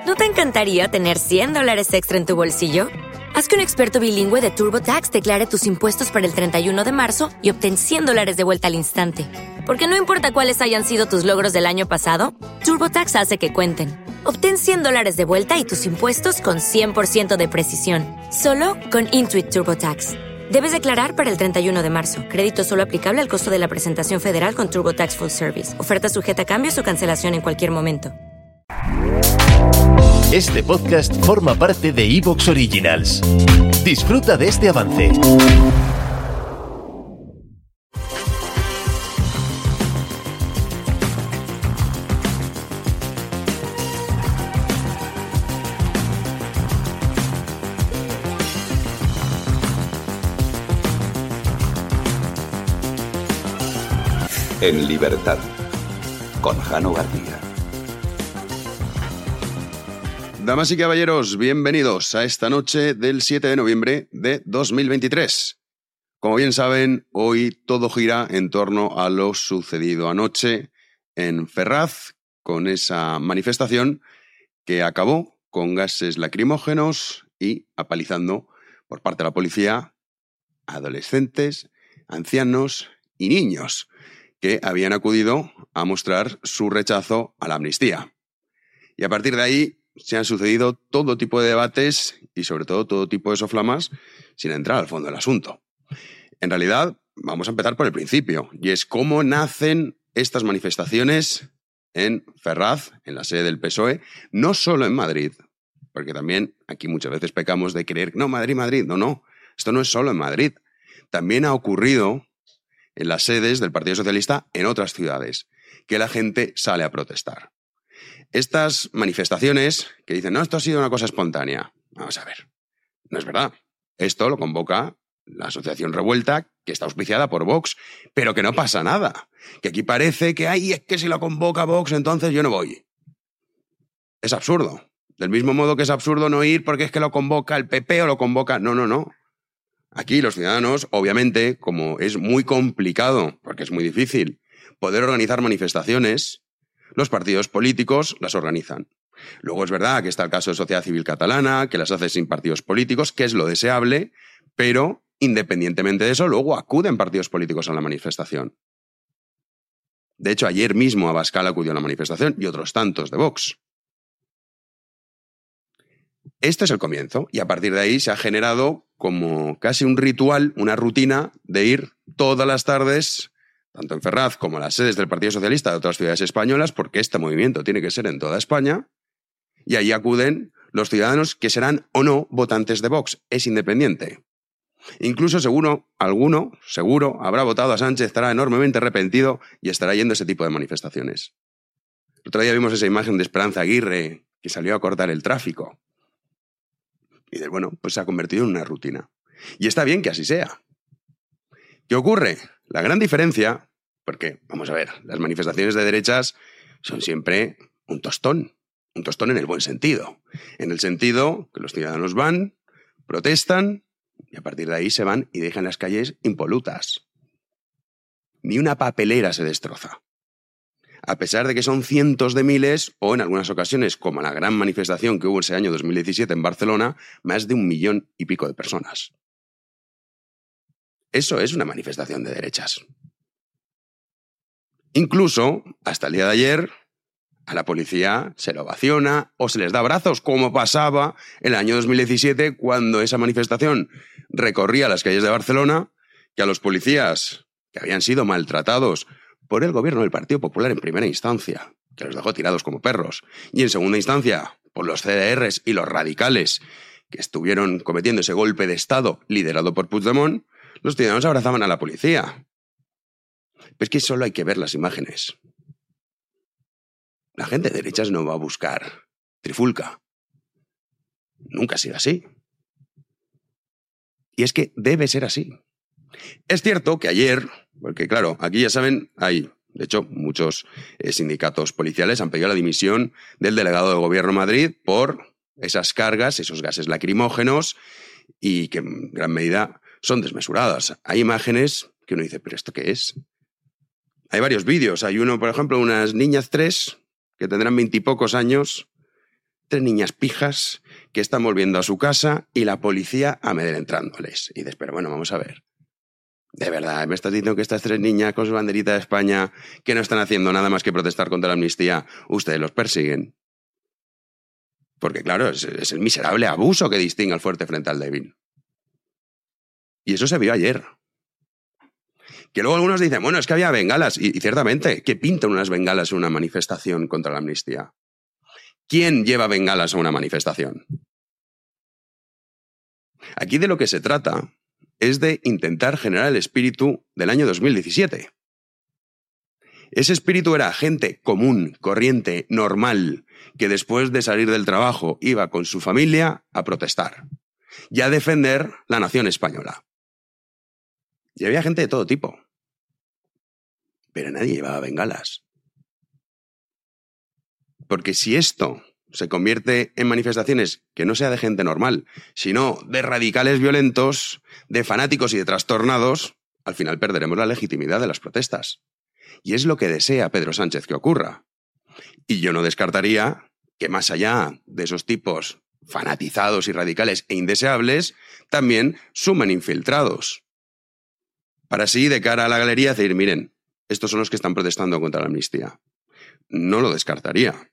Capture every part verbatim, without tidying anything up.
¿No te encantaría tener cien dólares extra en tu bolsillo? Haz que un experto bilingüe de TurboTax declare tus impuestos para el treinta y uno de marzo y obtén cien dólares de vuelta al instante. Porque no importa cuáles hayan sido tus logros del año pasado, TurboTax hace que cuenten. Obtén cien dólares de vuelta y tus impuestos con cien por ciento de precisión. Solo con Intuit TurboTax. Debes declarar para el treinta y uno de marzo. Crédito solo aplicable al costo de la presentación federal con TurboTax Full Service. Oferta sujeta a cambios o cancelación en cualquier momento. Este podcast forma parte de iVoox Originals. Disfruta de este avance. En libertad, con Jano García. Damas y caballeros, bienvenidos a esta noche del siete de noviembre de dos mil veintitrés. Como bien saben, hoy todo gira en torno a lo sucedido anoche en Ferraz, con esa manifestación que acabó con gases lacrimógenos y apalizando por parte de la policía a adolescentes, ancianos y niños que habían acudido a mostrar su rechazo a la amnistía. Y a partir de ahí se han sucedido todo tipo de debates y sobre todo todo tipo de soflamas sin entrar al fondo del asunto. En realidad, vamos a empezar por el principio, y es cómo nacen estas manifestaciones en Ferraz, en la sede del P S O E, no solo en Madrid, porque también aquí muchas veces pecamos de creer, no, Madrid, Madrid, no, no, esto no es solo en Madrid. También ha ocurrido en las sedes del Partido Socialista en otras ciudades, que la gente sale a protestar. Estas manifestaciones que dicen, no, esto ha sido una cosa espontánea. Vamos a ver, no es verdad. Esto lo convoca la Asociación Revuelta, que está auspiciada por Vox, pero que no pasa nada. Que aquí parece que, ay, es que si lo convoca Vox, entonces yo no voy. Es absurdo. Del mismo modo que es absurdo no ir porque es que lo convoca el P P o lo convoca... No, no, no. Aquí los ciudadanos, obviamente, como es muy complicado, porque es muy difícil, poder organizar manifestaciones, los partidos políticos las organizan. Luego es verdad que está el caso de Sociedad Civil Catalana, que las hace sin partidos políticos, que es lo deseable, pero independientemente de eso, luego acuden partidos políticos a la manifestación. De hecho, ayer mismo Abascal acudió a la manifestación y otros tantos de Vox. Este es el comienzo, y a partir de ahí se ha generado como casi un ritual, una rutina de ir todas las tardes, tanto en Ferraz como en las sedes del Partido Socialista de otras ciudades españolas, porque este movimiento tiene que ser en toda España, y ahí acuden los ciudadanos que serán o no votantes de Vox, es independiente. Incluso seguro, alguno, seguro, habrá votado a Sánchez, estará enormemente arrepentido y estará yendo a ese tipo de manifestaciones. El otro día vimos esa imagen de Esperanza Aguirre, que salió a cortar el tráfico. Y de, bueno, pues se ha convertido en una rutina. Y está bien que así sea. ¿Qué ocurre? La gran diferencia, porque, vamos a ver, las manifestaciones de derechas son siempre un tostón. Un tostón en el buen sentido. En el sentido que los ciudadanos van, protestan, y a partir de ahí se van y dejan las calles impolutas. Ni una papelera se destroza. A pesar de que son cientos de miles, o en algunas ocasiones, como la gran manifestación que hubo ese año dos mil diecisiete en Barcelona, más de un millón y pico de personas. Eso es una manifestación de derechas. Incluso, hasta el día de ayer, a la policía se lo ovaciona o se les da abrazos, como pasaba el año dos mil diecisiete, cuando esa manifestación recorría las calles de Barcelona, que a los policías que habían sido maltratados por el gobierno del Partido Popular en primera instancia, que los dejó tirados como perros, y en segunda instancia por los C D Rs y los radicales que estuvieron cometiendo ese golpe de Estado liderado por Puigdemont, los ciudadanos abrazaban a la policía. Pero es que solo hay que ver las imágenes. La gente de derechas no va a buscar trifulca. Nunca ha sido así. Y es que debe ser así. Es cierto que ayer, porque claro, aquí ya saben, hay, de hecho, muchos eh, sindicatos policiales han pedido la dimisión del delegado de Gobierno de Madrid por esas cargas, esos gases lacrimógenos, y que en gran medida son desmesuradas. Hay imágenes que uno dice, ¿pero esto qué es? Hay varios vídeos. Hay uno, por ejemplo, unas niñas tres que tendrán veintipocos años, tres niñas pijas que están volviendo a su casa y la policía amedrentándoles. Y dices, pero bueno, vamos a ver. De verdad, ¿me estás diciendo que estas tres niñas con su banderita de España, que no están haciendo nada más que protestar contra la amnistía, ustedes los persiguen? Porque claro, es, es el miserable abuso que distingue al fuerte frente al débil. Y eso se vio ayer. Que luego algunos dicen, bueno, es que había bengalas. Y, y ciertamente, ¿qué pintan unas bengalas en una manifestación contra la amnistía? ¿Quién lleva bengalas a una manifestación? Aquí de lo que se trata es de intentar generar el espíritu del año dos mil diecisiete. Ese espíritu era gente común, corriente, normal, que después de salir del trabajo iba con su familia a protestar y a defender la nación española. Y había gente de todo tipo, pero nadie llevaba bengalas. Porque si esto se convierte en manifestaciones que no sea de gente normal, sino de radicales violentos, de fanáticos y de trastornados, al final perderemos la legitimidad de las protestas. Y es lo que desea Pedro Sánchez que ocurra. Y yo no descartaría que más allá de esos tipos fanatizados y radicales e indeseables, también sumen infiltrados. Para así, de cara a la galería, decir, miren, estos son los que están protestando contra la amnistía. No lo descartaría.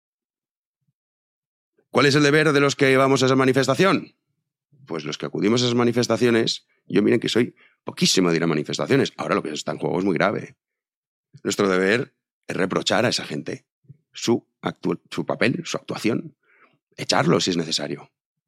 ¿Cuál es el deber de los que vamos a esa manifestación? Pues los que acudimos a esas manifestaciones, yo miren que soy poquísimo de ir a manifestaciones. Ahora lo que está en juego es muy grave. Nuestro deber es reprochar a esa gente su, actu- su papel, su actuación. Echarlo si es necesario.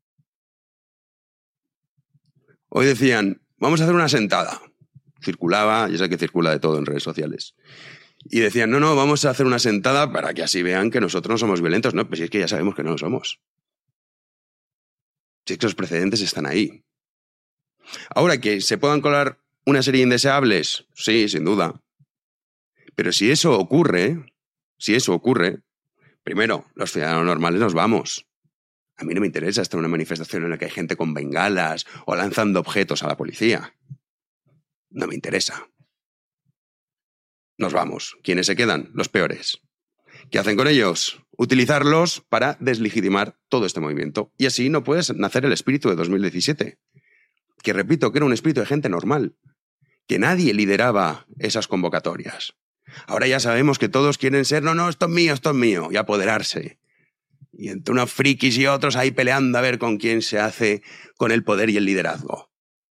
Hoy decían, vamos a hacer una sentada. Circulaba, ya sé que circula de todo en redes sociales. Y decían, no, no, vamos a hacer una sentada para que así vean que nosotros no somos violentos. No, pues si es que ya sabemos que no lo somos. Si es que los precedentes están ahí. Ahora, que se puedan colar una serie de indeseables, sí, sin duda. Pero si eso ocurre, si eso ocurre, primero, los ciudadanos normales nos vamos. A mí no me interesa estar en una manifestación en la que hay gente con bengalas o lanzando objetos a la policía. No me interesa. Nos vamos. ¿Quiénes se quedan? Los peores. ¿Qué hacen con ellos? Utilizarlos para deslegitimar todo este movimiento. Y así no puede nacer el espíritu de dos mil diecisiete. Que repito, que era un espíritu de gente normal. Que nadie lideraba esas convocatorias. Ahora ya sabemos que todos quieren ser, no, no, esto es mío, esto es mío, y apoderarse. Y entre unos frikis y otros ahí peleando a ver con quién se hace con el poder y el liderazgo.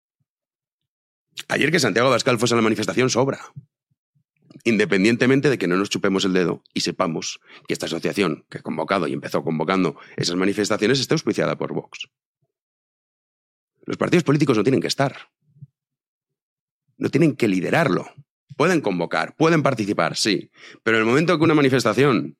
Ayer que Santiago Abascal fuese a la manifestación sobra. Independientemente de que no nos chupemos el dedo y sepamos que esta asociación que ha convocado y empezó convocando esas manifestaciones está auspiciada por Vox. Los partidos políticos no tienen que estar. No tienen que liderarlo. Pueden convocar, pueden participar, sí. Pero en el momento que una manifestación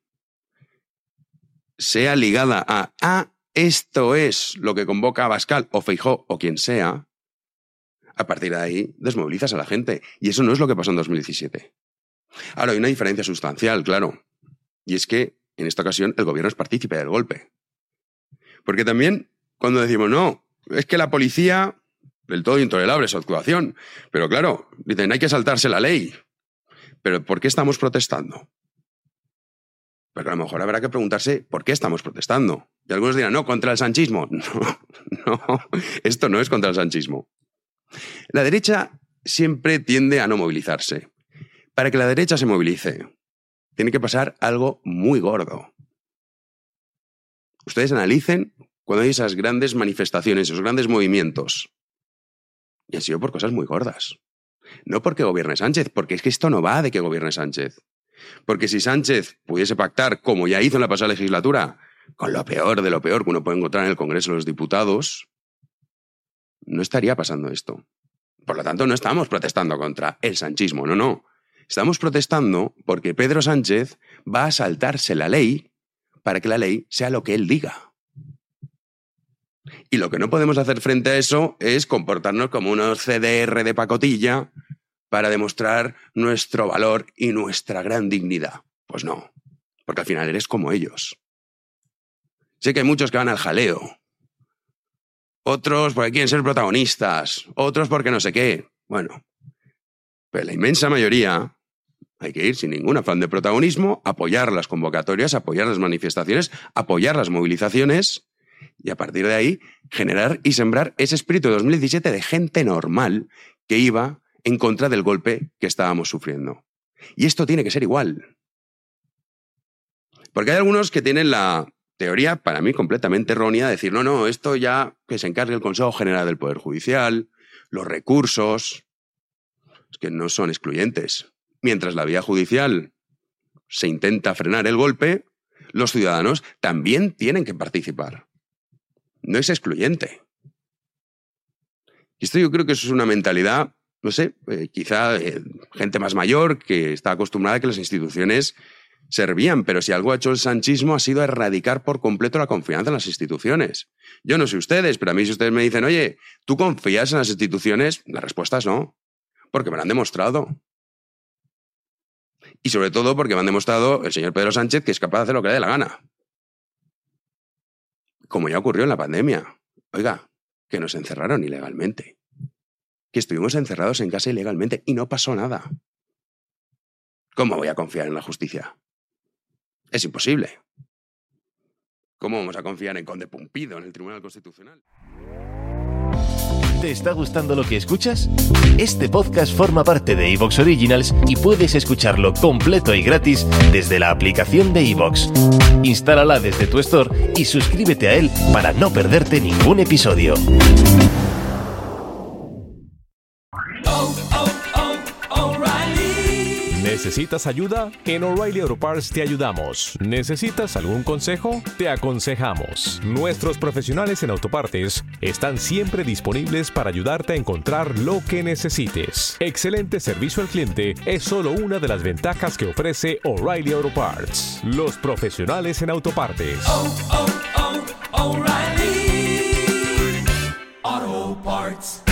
sea ligada a ah, esto es lo que convoca Abascal o Feijóo o quien sea, a partir de ahí desmovilizas a la gente. Y eso no es lo que pasó en dos mil diecisiete. Ahora, hay una diferencia sustancial, claro. Y es que, en esta ocasión, el gobierno es partícipe del golpe. Porque también, cuando decimos, no, es que la policía, del todo intolerable su actuación. Pero claro, dicen, hay que saltarse la ley. ¿Pero por qué estamos protestando? Porque a lo mejor habrá que preguntarse, ¿por qué estamos protestando? Y algunos dirán, no, contra el sanchismo. No, no, esto no es contra el sanchismo. La derecha siempre tiende a no movilizarse. Para que la derecha se movilice, tiene que pasar algo muy gordo. Ustedes analicen cuando hay esas grandes manifestaciones, esos grandes movimientos. Y han sido por cosas muy gordas. No porque gobierne Sánchez, porque es que esto no va de que gobierne Sánchez. Porque si Sánchez pudiese pactar, como ya hizo en la pasada legislatura, con lo peor de lo peor que uno puede encontrar en el Congreso de los Diputados, no estaría pasando esto. Por lo tanto, no estamos protestando contra el sanchismo, no, no. Estamos protestando porque Pedro Sánchez va a saltarse la ley para que la ley sea lo que él diga. Y lo que no podemos hacer frente a eso es comportarnos como unos C D R de pacotilla para demostrar nuestro valor y nuestra gran dignidad. Pues no, porque al final eres como ellos. Sé que hay muchos que van al jaleo. Otros porque quieren ser protagonistas. Otros porque no sé qué. Bueno, pero la inmensa mayoría Hay que ir sin ningún afán de protagonismo, apoyar las convocatorias, apoyar las manifestaciones, apoyar las movilizaciones y a partir de ahí generar y sembrar ese espíritu de dos mil diecisiete de gente normal que iba en contra del golpe que estábamos sufriendo. Y esto tiene que ser igual. Porque hay algunos que tienen la teoría, para mí, completamente errónea, de decir, no, no, esto ya que se encargue el Consejo General del Poder Judicial, los recursos, es que no son excluyentes. Mientras la vía judicial se intenta frenar el golpe, los ciudadanos también tienen que participar. No es excluyente. Y esto yo creo que eso es una mentalidad, no sé, eh, quizá eh, gente más mayor que está acostumbrada a que las instituciones servían, pero si algo ha hecho el sanchismo ha sido erradicar por completo la confianza en las instituciones. Yo no sé ustedes, pero a mí si ustedes me dicen, oye, ¿tú confías en las instituciones? La respuesta es no, porque me lo han demostrado. Y sobre todo porque me han demostrado el señor Pedro Sánchez que es capaz de hacer lo que le dé la gana. Como ya ocurrió en la pandemia. Oiga, que nos encerraron ilegalmente. Que estuvimos encerrados en casa ilegalmente y no pasó nada. ¿Cómo voy a confiar en la justicia? Es imposible. ¿Cómo vamos a confiar en Conde Pumpido, en el Tribunal Constitucional? ¿Te está gustando lo que escuchas? Este podcast forma parte de iVoox Originals y puedes escucharlo completo y gratis desde la aplicación de iVoox. Instálala desde tu store y suscríbete a él para no perderte ningún episodio. ¿Necesitas ayuda? En O'Reilly Auto Parts te ayudamos. ¿Necesitas algún consejo? Te aconsejamos. Nuestros profesionales en autopartes están siempre disponibles para ayudarte a encontrar lo que necesites. Excelente servicio al cliente es solo una de las ventajas que ofrece O'Reilly Auto Parts. Los profesionales en autopartes. Oh, oh, oh, O'Reilly Auto Parts.